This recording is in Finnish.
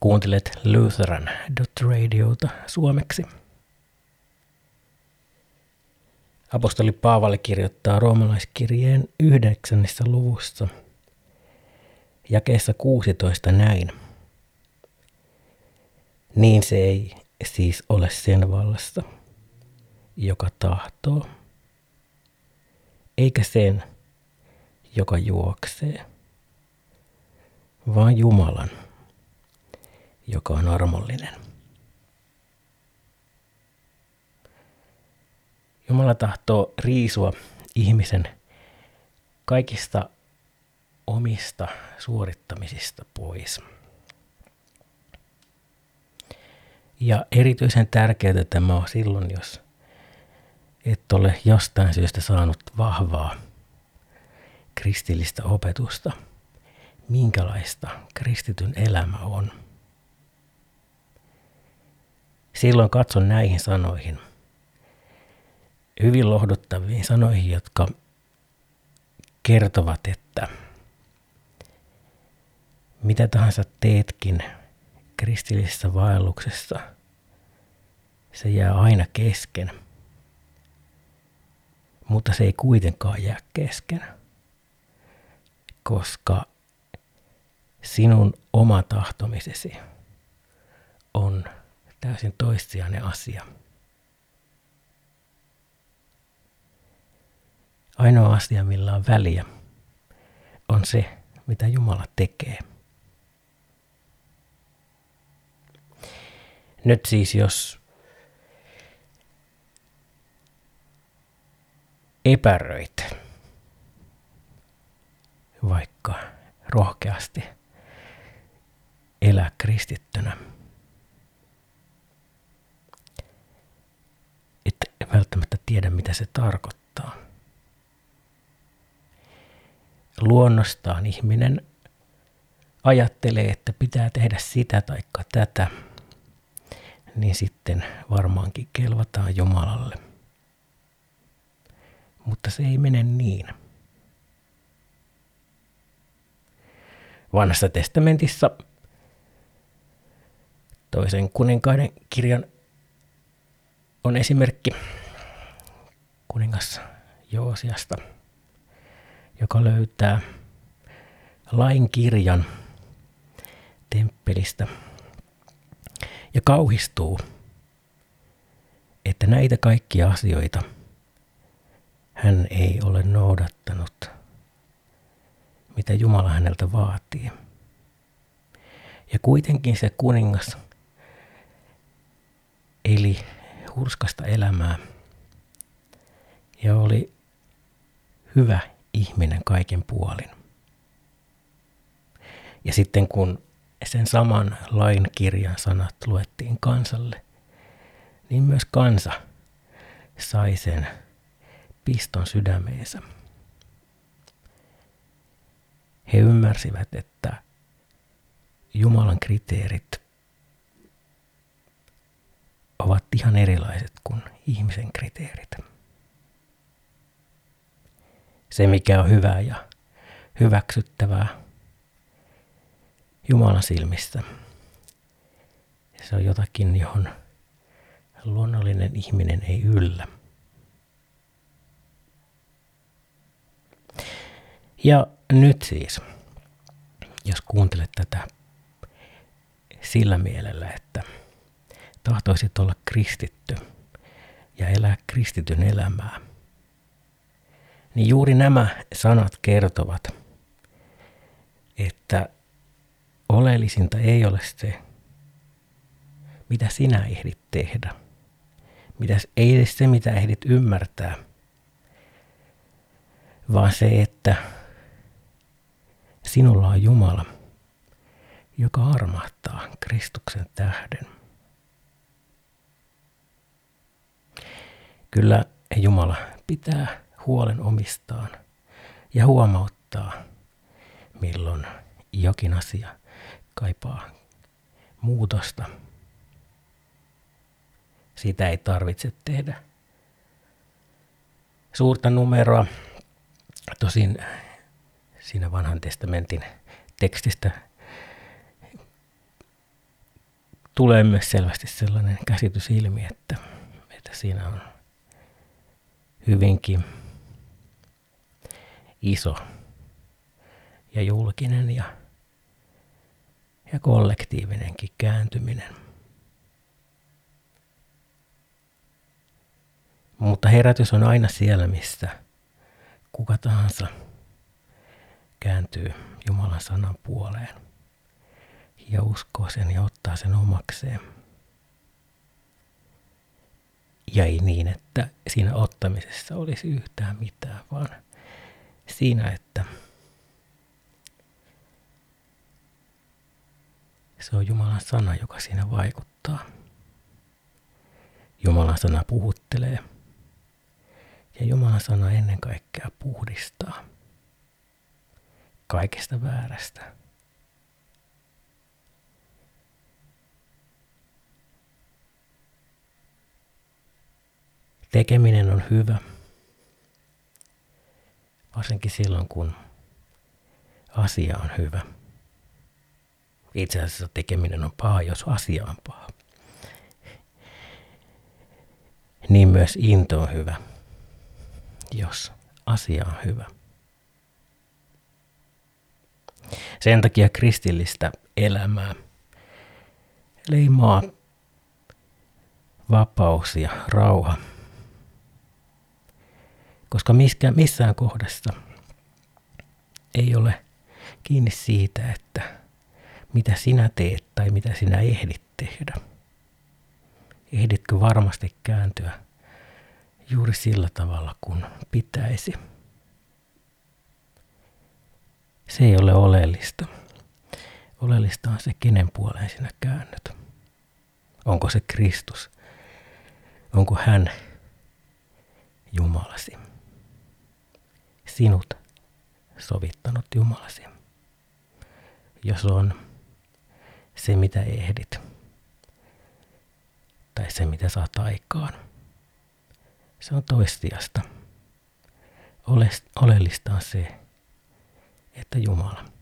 Kuuntelet Lutheran.radiota suomeksi. Apostoli Paavali kirjoittaa roomalaiskirjeen 9. luvussa jakeessa 16 näin. Niin se ei siis ole sen vallassa, joka tahtoo, eikä sen, joka juoksee, vaan Jumalan, joka on armollinen. Jumala tahtoo riisua ihmisen kaikista omista suorittamisista pois. Ja erityisen tärkeää tämä on silloin, jos et ole jostain syystä saanut vahvaa kristillistä opetusta, minkälaista kristityn elämä on. Silloin katson näihin sanoihin, hyvin lohduttaviin sanoihin, jotka kertovat, että mitä tahansa teetkin kristillisessä vaelluksessa, se jää aina kesken, mutta se ei kuitenkaan jää kesken, koska sinun oma tahtomisesi on täysin toissijainen asia. Ainoa asia, millä on väliä, on se, mitä Jumala tekee. Nyt siis, jos epäröit vaikka rohkeasti elää kristittynä, et välttämättä tiedä, mitä se tarkoittaa. Luonnostaan ihminen ajattelee, että pitää tehdä sitä tai tätä, niin sitten varmaankin kelvataan Jumalalle. Mutta se ei mene niin. Vanhassa testamentissa toisen kuninkaiden kirjan on esimerkki kuningas Joosiasta, joka löytää lain kirjan temppelistä ja kauhistuu, että näitä kaikkia asioita hän ei ole noudattanut, mitä Jumala häneltä vaatii. Ja kuitenkin se kuningas eli hurskasta elämää ja oli hyvä ihminen kaiken puolin. Ja sitten kun sen saman lain kirjan sanat luettiin kansalle, niin myös kansa sai sen piston sydämeensä. He ymmärsivät, että Jumalan kriteerit ovat ihan erilaiset kuin ihmisen kriteerit. Se, mikä on hyvää ja hyväksyttävää Jumalan silmissä, se on jotakin, johon luonnollinen ihminen ei yllä. Ja nyt siis, jos kuuntelet tätä sillä mielellä, että tahtoisit olla kristitty ja elää kristityn elämää, niin juuri nämä sanat kertovat, että oleellisinta ei ole se, mitä sinä ehdit tehdä, ei edes se, mitä ehdit ymmärtää, vaan se, että sinulla on Jumala, joka armahtaa Kristuksen tähden. Kyllä Jumala pitää huolen omistaan ja huomauttaa, milloin jokin asia kaipaa muutosta. Siitä ei tarvitse tehdä suurta numeroa. Tosin siinä vanhan testamentin tekstistä tulee myös selvästi sellainen käsitys ilmi, että siinä on hyvinkin iso ja julkinen ja kollektiivinenkin kääntyminen. Mutta herätys on aina siellä, missä kuka tahansa kääntyy Jumalan sanan puoleen ja uskoo sen ja ottaa sen omakseen. Ja ei niin, että siinä ottamisessa olisi yhtään mitään, vaan siinä, että se on Jumalan sana, joka siinä vaikuttaa. Jumalan sana puhuttelee ja Jumalan sana ennen kaikkea puhdistaa kaikesta väärästä. Tekeminen on hyvä, varsinkin silloin kun asia on hyvä. Itse asiassa tekeminen on paha, jos asia on paha. Niin myös into on hyvä, jos asia on hyvä. Sen takia kristillistä elämää leimaa vapaus ja rauha. Koska missään kohdassa ei ole kiinni siitä, että mitä sinä teet tai mitä sinä ehdit tehdä. Ehditkö varmasti kääntyä juuri sillä tavalla kuin pitäisi. Se ei ole oleellista. Oleellista on se, kenen puoleen sinä käännyt. Onko se Kristus? Onko hän Jumalasi? Sinut sovittanut Jumalasi. Jos on se, mitä ehdit, tai se, mitä saat aikaan, se on toissijasta. Oleellista on se, että Jumala